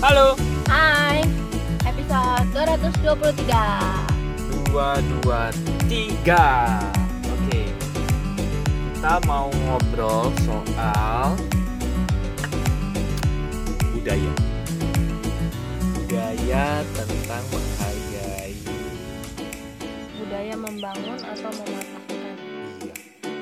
Halo. Hai, episode 223. 223. Oke. Kita mau ngobrol soal budaya. Budaya tentang menghargai. Budaya membangun atau mematahkan? Iya.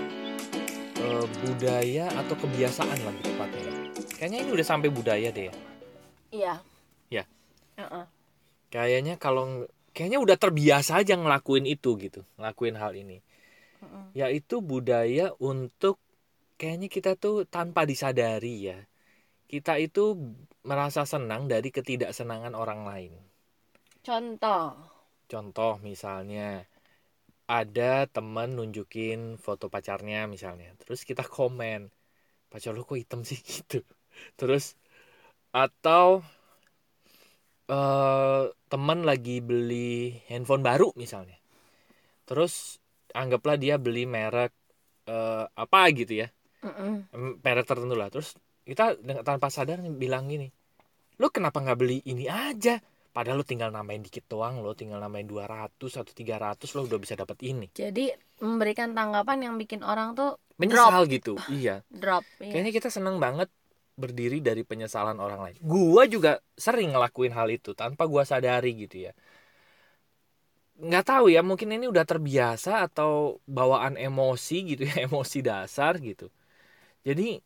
Budaya atau kebiasaan lebih tepatnya ya. Kayaknya ini udah sampai budaya deh ya. Iya. Ya. Uh-uh. Kayaknya udah terbiasa aja ngelakuin itu gitu, ngelakuin hal ini. Yaitu budaya untuk kayaknya kita tuh tanpa disadari ya. Kita itu merasa senang dari ketidaksenangan orang lain. Contoh misalnya ada teman nunjukin foto pacarnya misalnya. Terus kita komen, "Pacar lu kok hitam sih?" gitu. Terus atau teman lagi beli handphone baru misalnya. Terus anggaplah dia beli merek apa gitu ya. Merek tertentu lah. Terus kita tanpa sadar bilang gini, "Lu kenapa nggak beli ini aja? Padahal lu tinggal nambahin dikit doang, lo tinggal nambahin 200 atau 300 lo udah bisa dapat ini." Jadi memberikan tanggapan yang bikin orang tuh Menyesal gitu. Iya. drop. Iya. Kayaknya kita seneng banget berdiri dari penyesalan orang lain. Gua juga sering ngelakuin hal itu tanpa gua sadari gitu ya. Nggak tahu ya, mungkin ini udah terbiasa atau bawaan emosi gitu ya, emosi dasar gitu. Jadi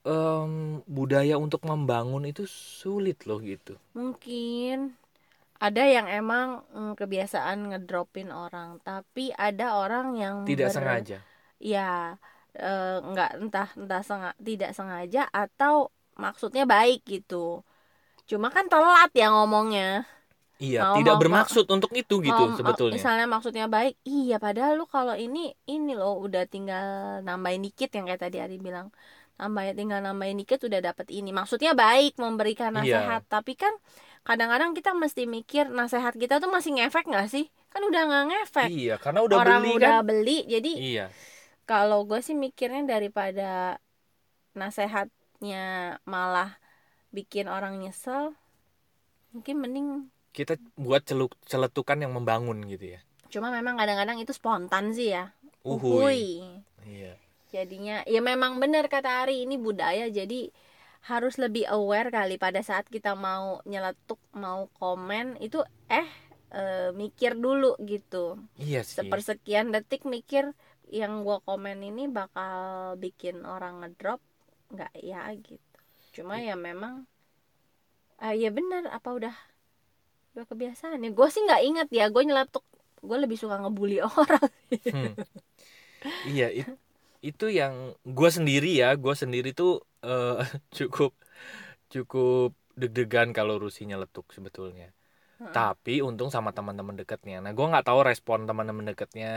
budaya untuk membangun itu sulit loh gitu. Mungkin ada yang emang kebiasaan ngedropin orang, tapi ada orang yang Tidak sengaja. Ya, nggak tidak sengaja atau maksudnya baik gitu. Cuma kan telat ya ngomongnya. Iya, tidak bermaksud untuk itu gitu sebetulnya. Misalnya maksudnya baik, iya padahal lu kalau ini loh udah tinggal nambahin dikit yang kayak tadi Ari bilang. Tinggal nambahin dikit udah dapet ini. Maksudnya baik memberikan nasihat, tapi kan kadang-kadang kita mesti mikir nasihat kita tuh masih ngefek nggak sih? Kan udah nggak ngefek. Iya, karena udah orang beli udah kan. beli, jadi Iya. kalau gue sih mikirnya daripada nasehatnya malah bikin orang nyesel, mungkin mending Kita buat celetukan yang membangun gitu ya. Cuma memang kadang-kadang itu spontan sih ya. Uhuy. Iya. Jadinya ya memang benar kata Ari, ini budaya, jadi harus lebih aware kali pada saat kita mau nyeletuk, mau komen itu mikir dulu gitu. Iya sih. Sepersekian detik mikir yang gua komen ini bakal bikin orang ngedrop nggak ya gitu. Cuma ya memang ya benar, apa udah kebiasaan ya. Gue sih nggak ingat ya, gue nyeletuk, gue lebih suka ngebully orang. Iya, itu yang gue sendiri tuh cukup deg-degan kalau Rusi nyeletuk sebetulnya. Tapi untung sama teman-teman dekatnya. Nah, gue nggak tahu respon teman-teman dekatnya.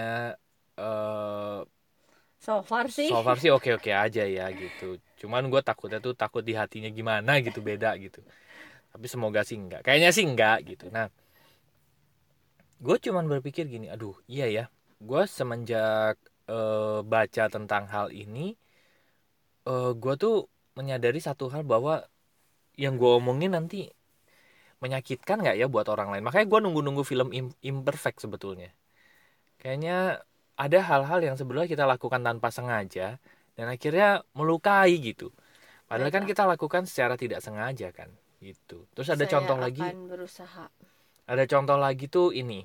So far sih oke aja ya gitu. Cuman gue takut di hatinya gimana gitu, beda gitu. Tapi semoga sih enggak. Kayaknya sih enggak gitu. Nah, gue cuman berpikir gini, aduh iya ya. Gue semenjak baca tentang hal ini, gue tuh menyadari satu hal bahwa yang gue omongin nanti menyakitkan nggak ya buat orang lain. Makanya gue nunggu film Imperfect sebetulnya. Kayaknya ada hal-hal yang sebetulnya kita lakukan tanpa sengaja dan akhirnya melukai gitu. Padahal kan kita lakukan secara tidak sengaja kan gitu. Terus ada contoh lagi. Ada contoh lagi tuh ini.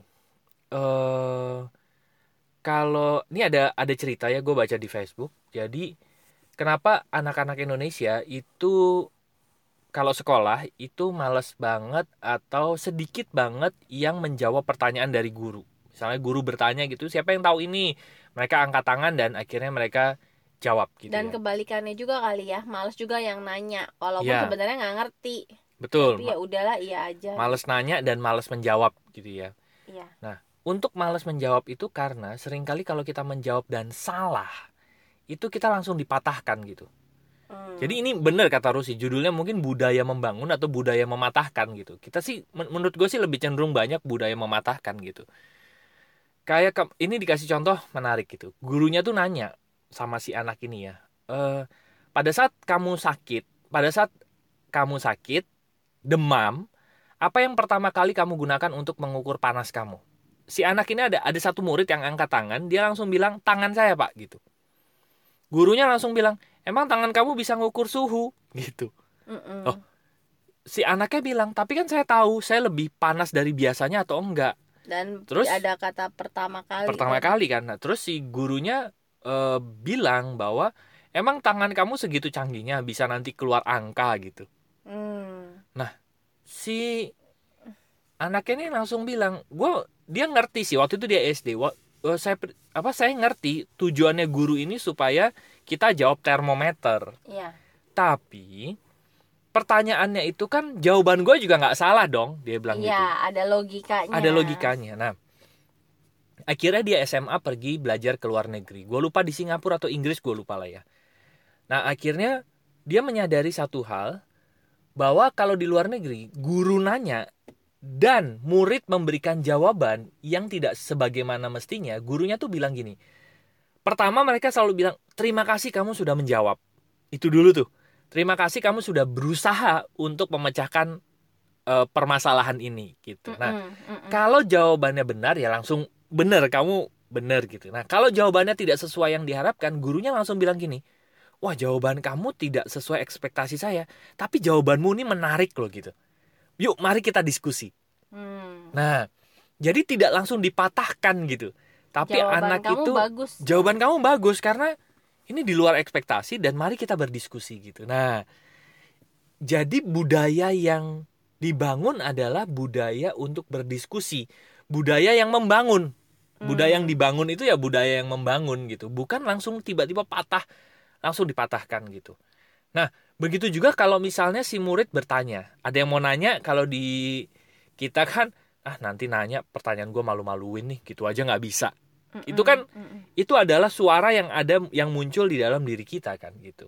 Kalau ini ada cerita ya, gue baca di Facebook. Jadi kenapa anak-anak Indonesia itu kalau sekolah itu malas banget atau sedikit banget yang menjawab pertanyaan dari guru. Misalnya guru bertanya gitu, siapa yang tahu ini? Mereka angkat tangan dan akhirnya mereka jawab gitu. Dan ya. Kebalikannya juga kali ya, malas juga yang nanya walaupun sebenarnya nggak ngerti. Betul. Tapi ya udahlah, iya aja. Malas nanya dan malas menjawab gitu ya. Iya. Nah, untuk malas menjawab itu karena seringkali kalau kita menjawab dan salah, itu kita langsung dipatahkan gitu. Jadi ini benar kata Rusi, judulnya mungkin budaya membangun atau budaya mematahkan gitu. Kita sih menurut gue sih lebih cenderung banyak budaya mematahkan gitu. Kayak ini dikasih contoh menarik gitu. Gurunya tuh nanya sama si anak ini ya. Pada saat kamu sakit, demam, apa yang pertama kali kamu gunakan untuk mengukur panas kamu? Si anak ini ada satu murid yang angkat tangan, dia langsung bilang, tangan saya Pak, gitu. Gurunya langsung bilang, emang tangan kamu bisa ngukur suhu, gitu. Oh, si anaknya bilang, tapi kan saya tahu saya lebih panas dari biasanya atau enggak. Dan terus ada kata pertama kali kan. Nah, terus si gurunya bilang bahwa emang tangan kamu segitu canggihnya bisa nanti keluar angka gitu. Nah, si anaknya ini langsung bilang, dia ngerti sih waktu itu dia SD. Saya ngerti tujuannya guru ini supaya kita jawab termometer. Iya. Tapi pertanyaannya itu kan jawaban gue juga nggak salah dong, dia bilang gitu. Iya, ada logikanya. Ada logikanya. Nah, akhirnya dia SMA pergi belajar ke luar negeri. Gue lupa di Singapura atau Inggris, gue lupa lah ya. Nah, akhirnya dia menyadari satu hal, bahwa kalau di luar negeri, guru nanya dan murid memberikan jawaban yang tidak sebagaimana mestinya, gurunya tuh bilang gini. Pertama mereka selalu bilang, terima kasih kamu sudah menjawab. Itu dulu tuh. Terima kasih kamu sudah berusaha untuk memecahkan permasalahan ini gitu. Nah, kalau jawabannya benar ya langsung benar, kamu benar gitu. Nah, kalau jawabannya tidak sesuai yang diharapkan, gurunya langsung bilang gini, wah jawaban kamu tidak sesuai ekspektasi saya, tapi jawabanmu ini menarik loh gitu. Yuk mari kita diskusi. Nah, jadi tidak langsung dipatahkan gitu. Tapi jawaban anak itu bagus. Jawaban kamu bagus karena ini di luar ekspektasi dan mari kita berdiskusi gitu. Nah, jadi budaya yang dibangun adalah budaya untuk berdiskusi, budaya yang membangun. Budaya yang dibangun itu ya budaya yang membangun gitu, bukan langsung tiba-tiba patah, langsung dipatahkan gitu. Nah, begitu juga kalau misalnya si murid bertanya, ada yang mau nanya, kalau di kita kan, nanti nanya pertanyaan gue malu-maluin nih, gitu aja nggak bisa. Itu kan, itu adalah suara yang muncul di dalam diri kita kan gitu.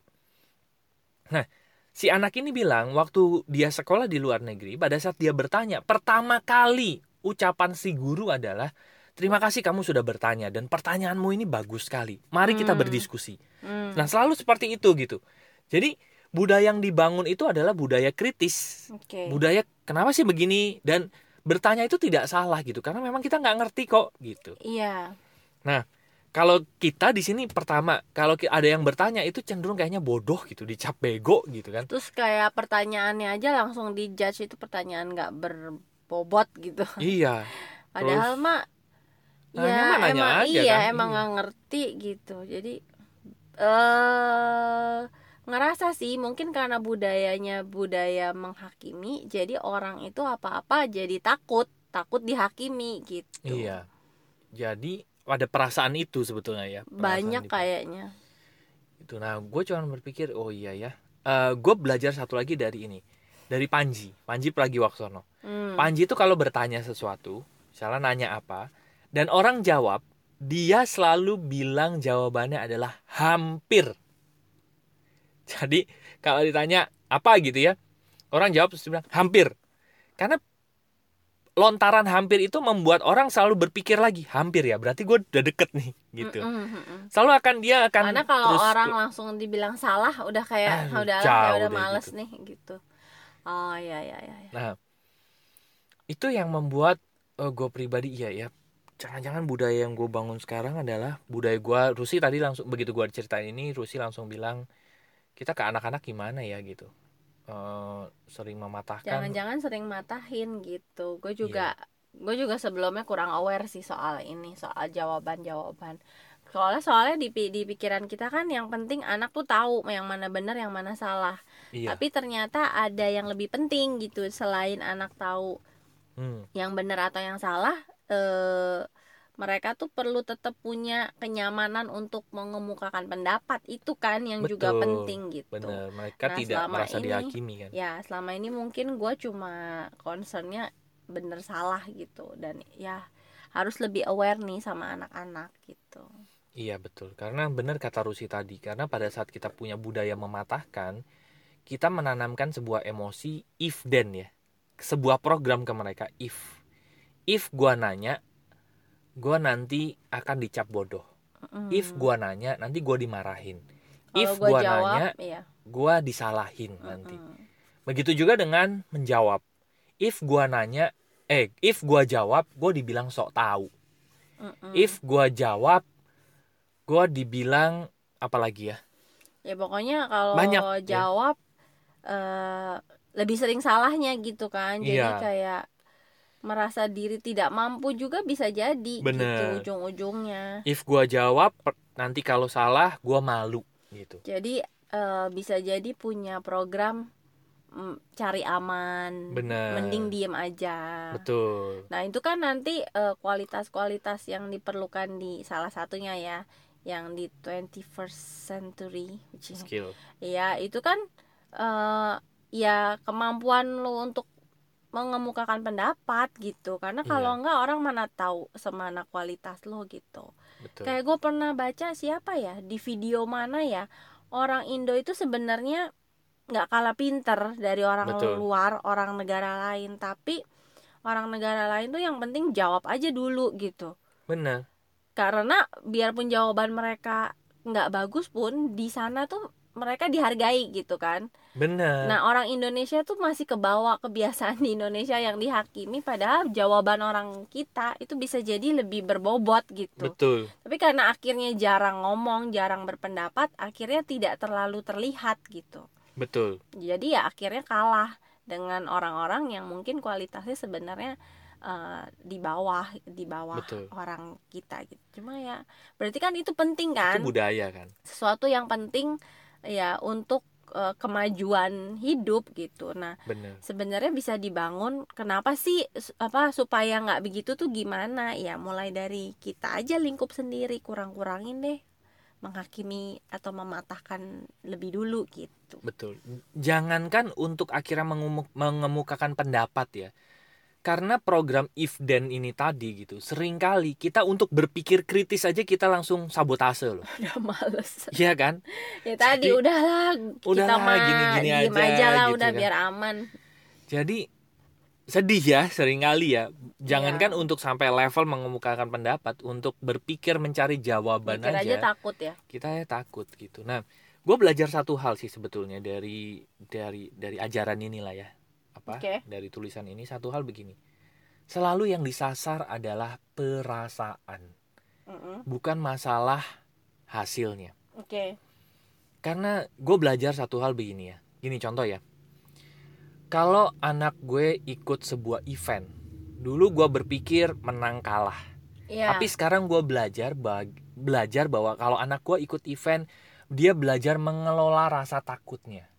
Nah, si anak ini bilang waktu dia sekolah di luar negeri, pada saat dia bertanya, pertama kali ucapan si guru adalah, terima kasih kamu sudah bertanya dan pertanyaanmu ini bagus sekali. Mari kita berdiskusi. Nah, selalu seperti itu gitu. Jadi budaya yang dibangun itu adalah budaya kritis. Budaya kenapa sih begini, dan bertanya itu tidak salah gitu, karena memang kita nggak ngerti kok gitu. Iya. Nah, kalau kita di sini pertama, kalau ada yang bertanya itu cenderung kayaknya bodoh gitu, dicap bego gitu kan. Terus kayak pertanyaannya aja langsung dijudge itu pertanyaan nggak berbobot gitu. Iya. Padahal mah ya emang aja, iya kan? Emang nggak ngerti gitu. Jadi ngerasa sih mungkin karena budayanya budaya menghakimi, jadi orang itu apa-apa jadi takut dihakimi gitu. Iya. Jadi ada perasaan itu sebetulnya ya. Banyak kayaknya. Itu. Nah, gue cuma berpikir, oh iya ya. Gue belajar satu lagi dari ini, dari Panji Pragiwaksono. Panji itu kalau bertanya sesuatu, misalnya nanya apa, dan orang jawab, dia selalu bilang jawabannya adalah hampir. Jadi kalau ditanya apa gitu ya, orang jawab terus bilang hampir. Karena lontaran hampir itu membuat orang selalu berpikir lagi, hampir ya, berarti gue udah deket nih gitu. Selalu dia akan karena kalau terus, orang langsung dibilang salah udah kayak udah males gitu. Nih gitu. Oh iya. Nah, itu yang membuat gue pribadi ya jangan-jangan budaya yang gue bangun sekarang adalah budaya gue. Rusi tadi langsung begitu gue ceritain ini, Rusi langsung bilang, kita ke anak-anak gimana ya gitu, sering mematahkan. Jangan-jangan sering matahin gitu. Gue juga sebelumnya kurang aware sih soal ini, soal jawaban. Soalnya di pikiran kita kan yang penting anak tuh tahu yang mana benar yang mana salah. Tapi ternyata ada yang lebih penting gitu, selain anak tahu yang benar atau yang salah. Mereka tuh perlu tetap punya kenyamanan untuk mengemukakan pendapat, itu kan yang betul, juga penting gitu. Bener, mereka tidak merasa dihakimi kan. Ya selama ini mungkin gue cuma concernnya bener salah gitu, dan ya harus lebih aware nih sama anak-anak gitu. Iya betul, karena bener kata Rusi tadi, karena pada saat kita punya budaya mematahkan, kita menanamkan sebuah emosi if then ya, sebuah program ke mereka. If gue nanya, gue nanti akan dicap bodoh. If gue nanya, nanti gue dimarahin. If gue nanya, gue disalahin nanti. Begitu juga dengan menjawab. If gua jawab, gua dibilang sok tahu. If gua jawab, gua dibilang apa lagi ya? Ya pokoknya kalau Banyak, jawab lebih sering salahnya gitu kan. Jadi Iya. kayak merasa diri tidak mampu juga bisa jadi gitu Bener. ujung-ujungnya. If gua jawab, nanti kalau salah gua malu gitu. Jadi bisa jadi punya program cari aman, Bener. mending diem aja. Betul. Nah itu kan nanti kualitas-kualitas yang diperlukan di salah satunya ya, yang di 21st century Skill. ya itu kan ya kemampuan lo untuk mengemukakan pendapat gitu. Karena kalau enggak orang mana tahu semana kualitas lo gitu. Betul. Kayak gue pernah baca siapa ya di video mana ya, orang Indo itu sebenarnya nggak kalah pinter dari orang luar, orang negara lain. Tapi orang negara lain tuh yang penting jawab aja dulu gitu. Bener. Karena biarpun jawaban mereka nggak bagus pun di sana tuh mereka dihargai gitu kan. Bener. Nah orang Indonesia tuh masih kebawa kebiasaan di Indonesia yang dihakimi, padahal jawaban orang kita itu bisa jadi lebih berbobot gitu. Betul. Tapi karena akhirnya jarang ngomong, jarang berpendapat, akhirnya tidak terlalu terlihat gitu. Betul. Jadi ya akhirnya kalah dengan orang-orang yang mungkin kualitasnya sebenarnya di bawah Betul. Orang kita gitu. Cuma ya berarti kan itu penting kan? Itu budaya kan. Sesuatu yang penting ya untuk kemajuan hidup gitu. Nah, sebenarnya bisa dibangun. Kenapa sih supaya nggak begitu tuh gimana? Ya mulai dari kita aja lingkup sendiri, kurang-kurangin deh menghakimi atau mematahkan lebih dulu gitu. Betul. Jangankan untuk akhirnya mengemukakan pendapat ya. Karena program if then ini tadi gitu, seringkali kita untuk berpikir kritis aja kita langsung sabotase loh. Udah males. Iya kan? Ya tadi udahlah kita mah gini-gini aja lah gitu udah kan. Biar aman. Jadi sedih ya seringkali ya. Jangankan untuk sampai level mengemukakan pendapat, untuk berpikir mencari jawaban aja takut ya. Kita ya takut gitu. Nah, gue belajar satu hal sih sebetulnya dari ajaran inilah ya. Dari tulisan ini satu hal begini. Selalu yang disasar adalah perasaan. Bukan masalah hasilnya. Karena gue belajar satu hal begini ya. Gini contoh ya. Kalau anak gue ikut sebuah event, dulu gue berpikir menang kalah. Tapi sekarang gue belajar bahwa kalau anak gue ikut event, dia belajar mengelola rasa takutnya.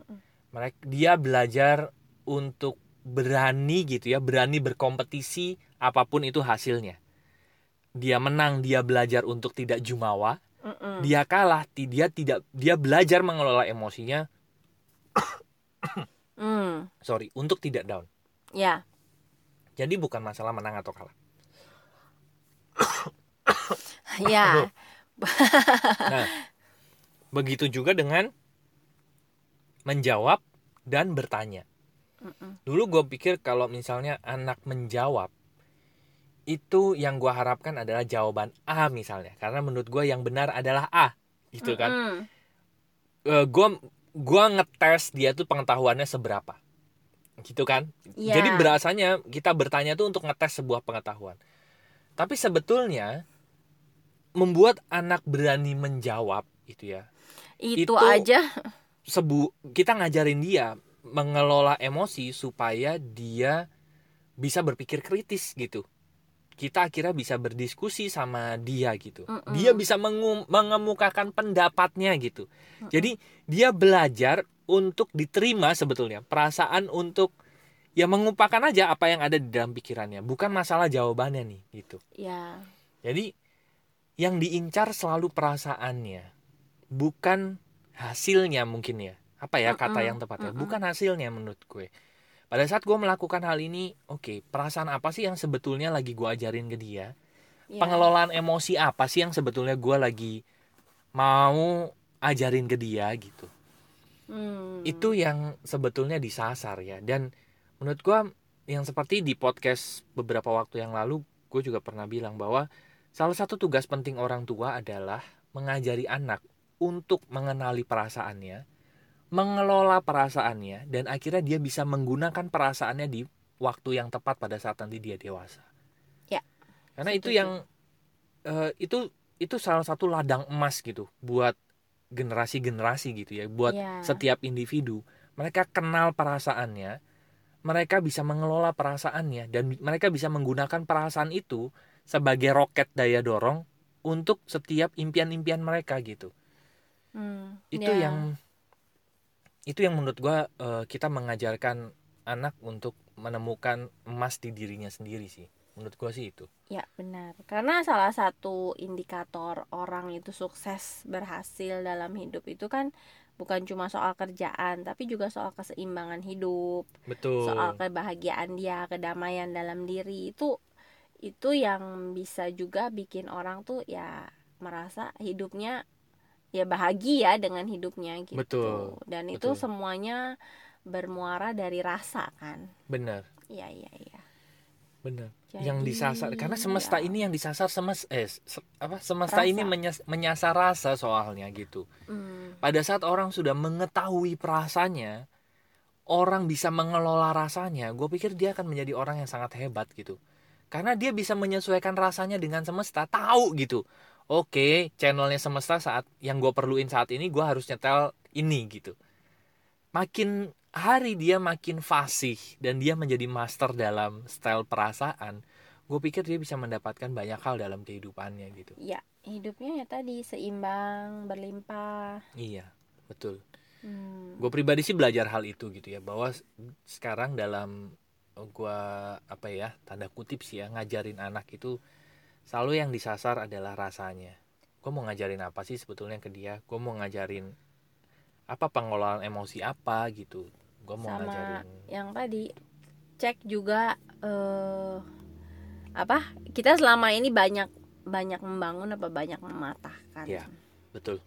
Dia belajar untuk berani gitu ya, berani berkompetisi apapun itu hasilnya. Dia menang, dia belajar untuk tidak jumawa. Dia kalah, dia belajar mengelola emosinya. Untuk tidak down. Ya. Jadi bukan masalah menang atau kalah. Ya. Nah, begitu juga dengan menjawab dan bertanya. Dulu gue pikir kalau misalnya anak menjawab, itu yang gue harapkan adalah jawaban A misalnya. Karena menurut gue yang benar adalah A. Gitu kan. Gue ngetes dia tuh pengetahuannya seberapa. Gitu kan. Jadi berasanya kita bertanya tuh untuk ngetes sebuah pengetahuan. Tapi sebetulnya membuat anak berani menjawab itu ya. Itu aja. Kita ngajarin dia mengelola emosi supaya dia bisa berpikir kritis gitu. Kita akhirnya bisa berdiskusi sama dia gitu. Dia bisa mengemukakan pendapatnya gitu. Jadi dia belajar untuk diterima sebetulnya. Perasaan untuk ya mengumpulkan aja apa yang ada di dalam pikirannya. Bukan masalah jawabannya nih gitu. Ya. Jadi yang diincar selalu perasaannya. Bukan hasilnya mungkin ya. Apa ya kata yang tepatnya? Bukan hasilnya menurut gue. Pada saat gue melakukan hal ini, perasaan apa sih yang sebetulnya lagi gue ajarin ke dia? Pengelolaan emosi apa sih yang sebetulnya gue lagi mau ajarin ke dia gitu. Itu yang sebetulnya disasar ya. Dan menurut gue yang seperti di podcast beberapa waktu yang lalu, gue juga pernah bilang bahwa salah satu tugas penting orang tua adalah mengajari anak untuk mengenali perasaannya, mengelola perasaannya, dan akhirnya dia bisa menggunakan perasaannya di waktu yang tepat pada saat nanti dia dewasa. Ya. Karena setuju. itu yang itu salah satu ladang emas gitu buat generasi-generasi gitu ya, buat setiap individu. Mereka kenal perasaannya, mereka bisa mengelola perasaannya, dan mereka bisa menggunakan perasaan itu sebagai roket daya dorong untuk setiap impian-impian mereka gitu. Itu yang menurut gue, kita mengajarkan anak untuk menemukan emas di dirinya sendiri sih. Menurut gue sih itu. Ya benar. Karena salah satu indikator orang itu sukses berhasil dalam hidup itu kan bukan cuma soal kerjaan, tapi juga soal keseimbangan hidup. Betul. Soal kebahagiaan dia, kedamaian dalam diri. Itu yang bisa juga bikin orang tuh ya merasa hidupnya ya bahagia dengan hidupnya gitu. Betul. Dan itu semuanya bermuara dari rasa kan. Benar. Iya. Benar. Yang disasar, karena semesta ini yang disasar semesta ini menyasar rasa soalnya gitu. Pada saat orang sudah mengetahui perasaannya, orang bisa mengelola rasanya, gue pikir dia akan menjadi orang yang sangat hebat gitu. Karena dia bisa menyesuaikan rasanya dengan semesta, tahu gitu. Oke, channelnya semesta saat yang gue perluin saat ini, gue harus nyetel ini gitu. Makin hari dia makin fasih dan dia menjadi master dalam style perasaan, gue pikir dia bisa mendapatkan banyak hal dalam kehidupannya gitu. Ya, hidupnya ya tadi seimbang, berlimpah. Iya, betul. Gue pribadi sih belajar hal itu gitu ya, bahwa sekarang dalam gue tanda kutip sih ya, ngajarin anak itu selalu yang disasar adalah rasanya. Gue mau ngajarin apa sih sebetulnya ke dia? Gue mau ngajarin apa, pengelolaan emosi apa gitu. Gue mau sama ngajarin yang tadi cek juga kita selama ini banyak membangun apa banyak mematahkan. Ya, betul.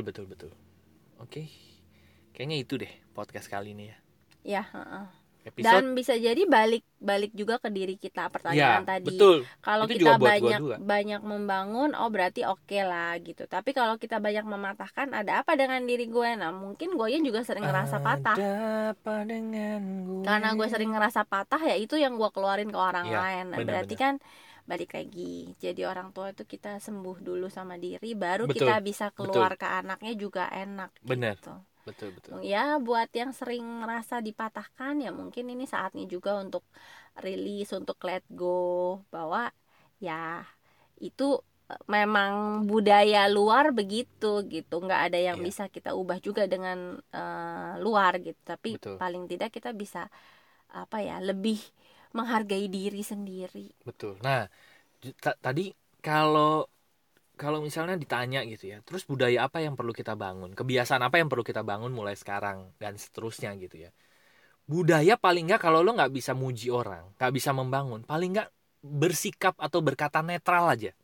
Oke. Kayaknya itu deh podcast kali ini ya. Ya, dan bisa jadi balik juga ke diri kita pertanyaan tadi. Betul. Kalau kita banyak membangun, berarti oke lah gitu. Tapi kalau kita banyak mematahkan, ada apa dengan diri gue? Nah, mungkin gue juga sering ngerasa patah. Ada apa dengan gue? Karena gue sering ngerasa patah, ya itu yang gue keluarin ke orang lain. Nah, berarti kan balik lagi. Jadi orang tua itu kita sembuh dulu sama diri, baru kita bisa keluar ke anaknya juga enak. Bener. Gitu. Betul. Ya buat yang sering ngerasa dipatahkan, ya mungkin ini saatnya juga untuk rilis, untuk let go, bahwa ya itu memang budaya luar begitu gitu, nggak ada yang bisa kita ubah juga dengan luar gitu. Tapi paling tidak kita bisa lebih menghargai diri sendiri. Betul. Nah, tadi kalau misalnya ditanya gitu ya, terus budaya apa yang perlu kita bangun, kebiasaan apa yang perlu kita bangun mulai sekarang dan seterusnya gitu ya. Budaya paling nggak, kalau lo nggak bisa muji orang, nggak bisa membangun, paling nggak bersikap atau berkata netral aja.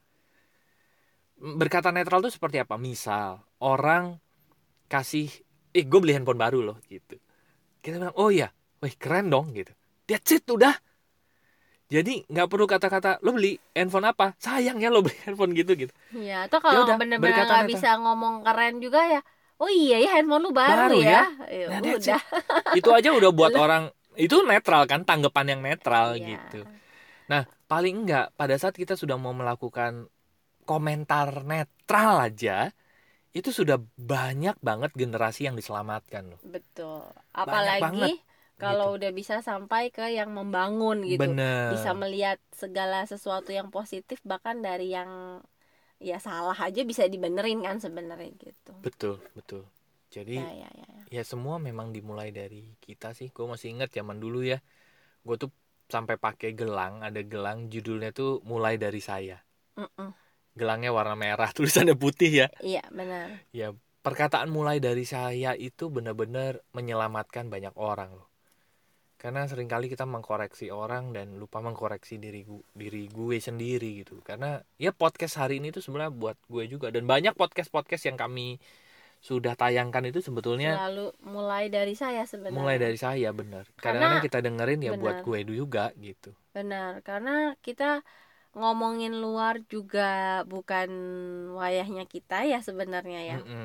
Berkata netral itu seperti apa? Misal orang kasih, gue beli handphone baru loh gitu, kita bilang, oh ya, wih keren dong gitu. That's it, udah. Jadi nggak perlu kata-kata lo beli handphone apa, sayang ya lo beli handphone gitu. Ya, atau kalau bener-bener nggak bisa ngomong keren juga ya, oh iya ya handphone lu baru ya. Nah, udah. Itu aja udah buat orang itu netral kan, tanggapan yang netral gitu. Nah, paling enggak pada saat kita sudah mau melakukan komentar netral aja, itu sudah banyak banget generasi yang diselamatkan loh. Betul. Apalagi kalau udah bisa sampai ke yang membangun gitu. Bener. Bisa melihat segala sesuatu yang positif, bahkan dari yang ya salah aja bisa dibenerin kan sebenarnya gitu. Betul. Jadi ya semua memang dimulai dari kita sih. Gue masih ingat zaman dulu ya, gue tuh sampai pakai gelang, ada gelang judulnya tuh mulai dari saya. Gelangnya warna merah, tulisannya putih ya. Iya benar. Ya, perkataan mulai dari saya itu benar-benar menyelamatkan banyak orang loh. Karena seringkali kita mengkoreksi orang dan lupa mengkoreksi diri gue sendiri gitu. Karena ya podcast hari ini tuh sebenarnya buat gue juga, dan banyak podcast yang kami sudah tayangkan itu sebetulnya selalu mulai dari saya sebenarnya. Mulai dari saya, benar. Kadang-kadang kita dengerin ya buat gue juga gitu. Benar, karena kita ngomongin luar juga bukan wayahnya kita ya sebenarnya ya.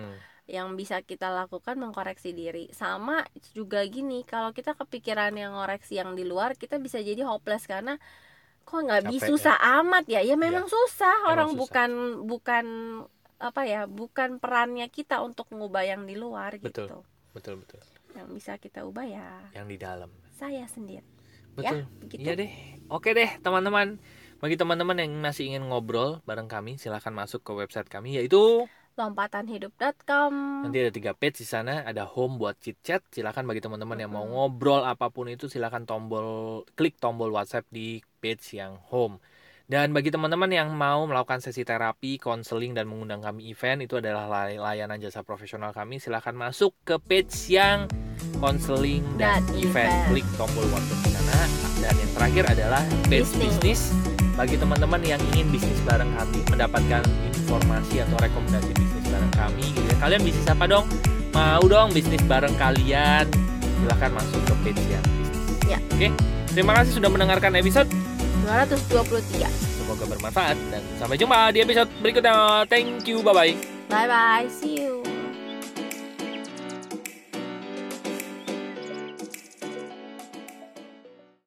yang bisa kita lakukan mengkoreksi diri. Sama juga gini, kalau kita kepikiran yang ngoreksi yang di luar, kita bisa jadi hopeless karena kok nggak bisa, susah amat ya. Ya memang susah, orang susah. bukan apa ya, bukan perannya kita untuk mengubah yang di luar gitu. Betul. Yang bisa kita ubah ya yang di dalam. Saya sendiri. Betul. Ya, begitu. Iya deh. Oke deh, teman-teman. Bagi teman-teman yang masih ingin ngobrol bareng kami, silahkan masuk ke website kami, yaitu lompatanhidup.com. Nanti ada 3 page di sana, ada home buat chit chat. Silakan bagi teman-teman yang mau ngobrol apapun itu, silakan klik tombol WhatsApp di page yang home. Dan bagi teman-teman yang mau melakukan sesi terapi, konseling dan mengundang kami event, itu adalah layanan jasa profesional kami. Silakan masuk ke page yang konseling dan event. Klik tombol WhatsApp di sana. Dan yang terakhir adalah page bisnis. Bagi teman-teman yang ingin bisnis bareng kami, mendapatkan informasi atau rekomendasi bisnis bareng kami gitu ya. Kalian bisnis apa dong? Mau dong bisnis bareng kalian? Silahkan masuk ke page yang bisnis. Ya. Oke. Terima kasih sudah mendengarkan episode 223. Semoga bermanfaat dan sampai jumpa di episode berikutnya. Thank you, bye-bye. Bye-bye, see you.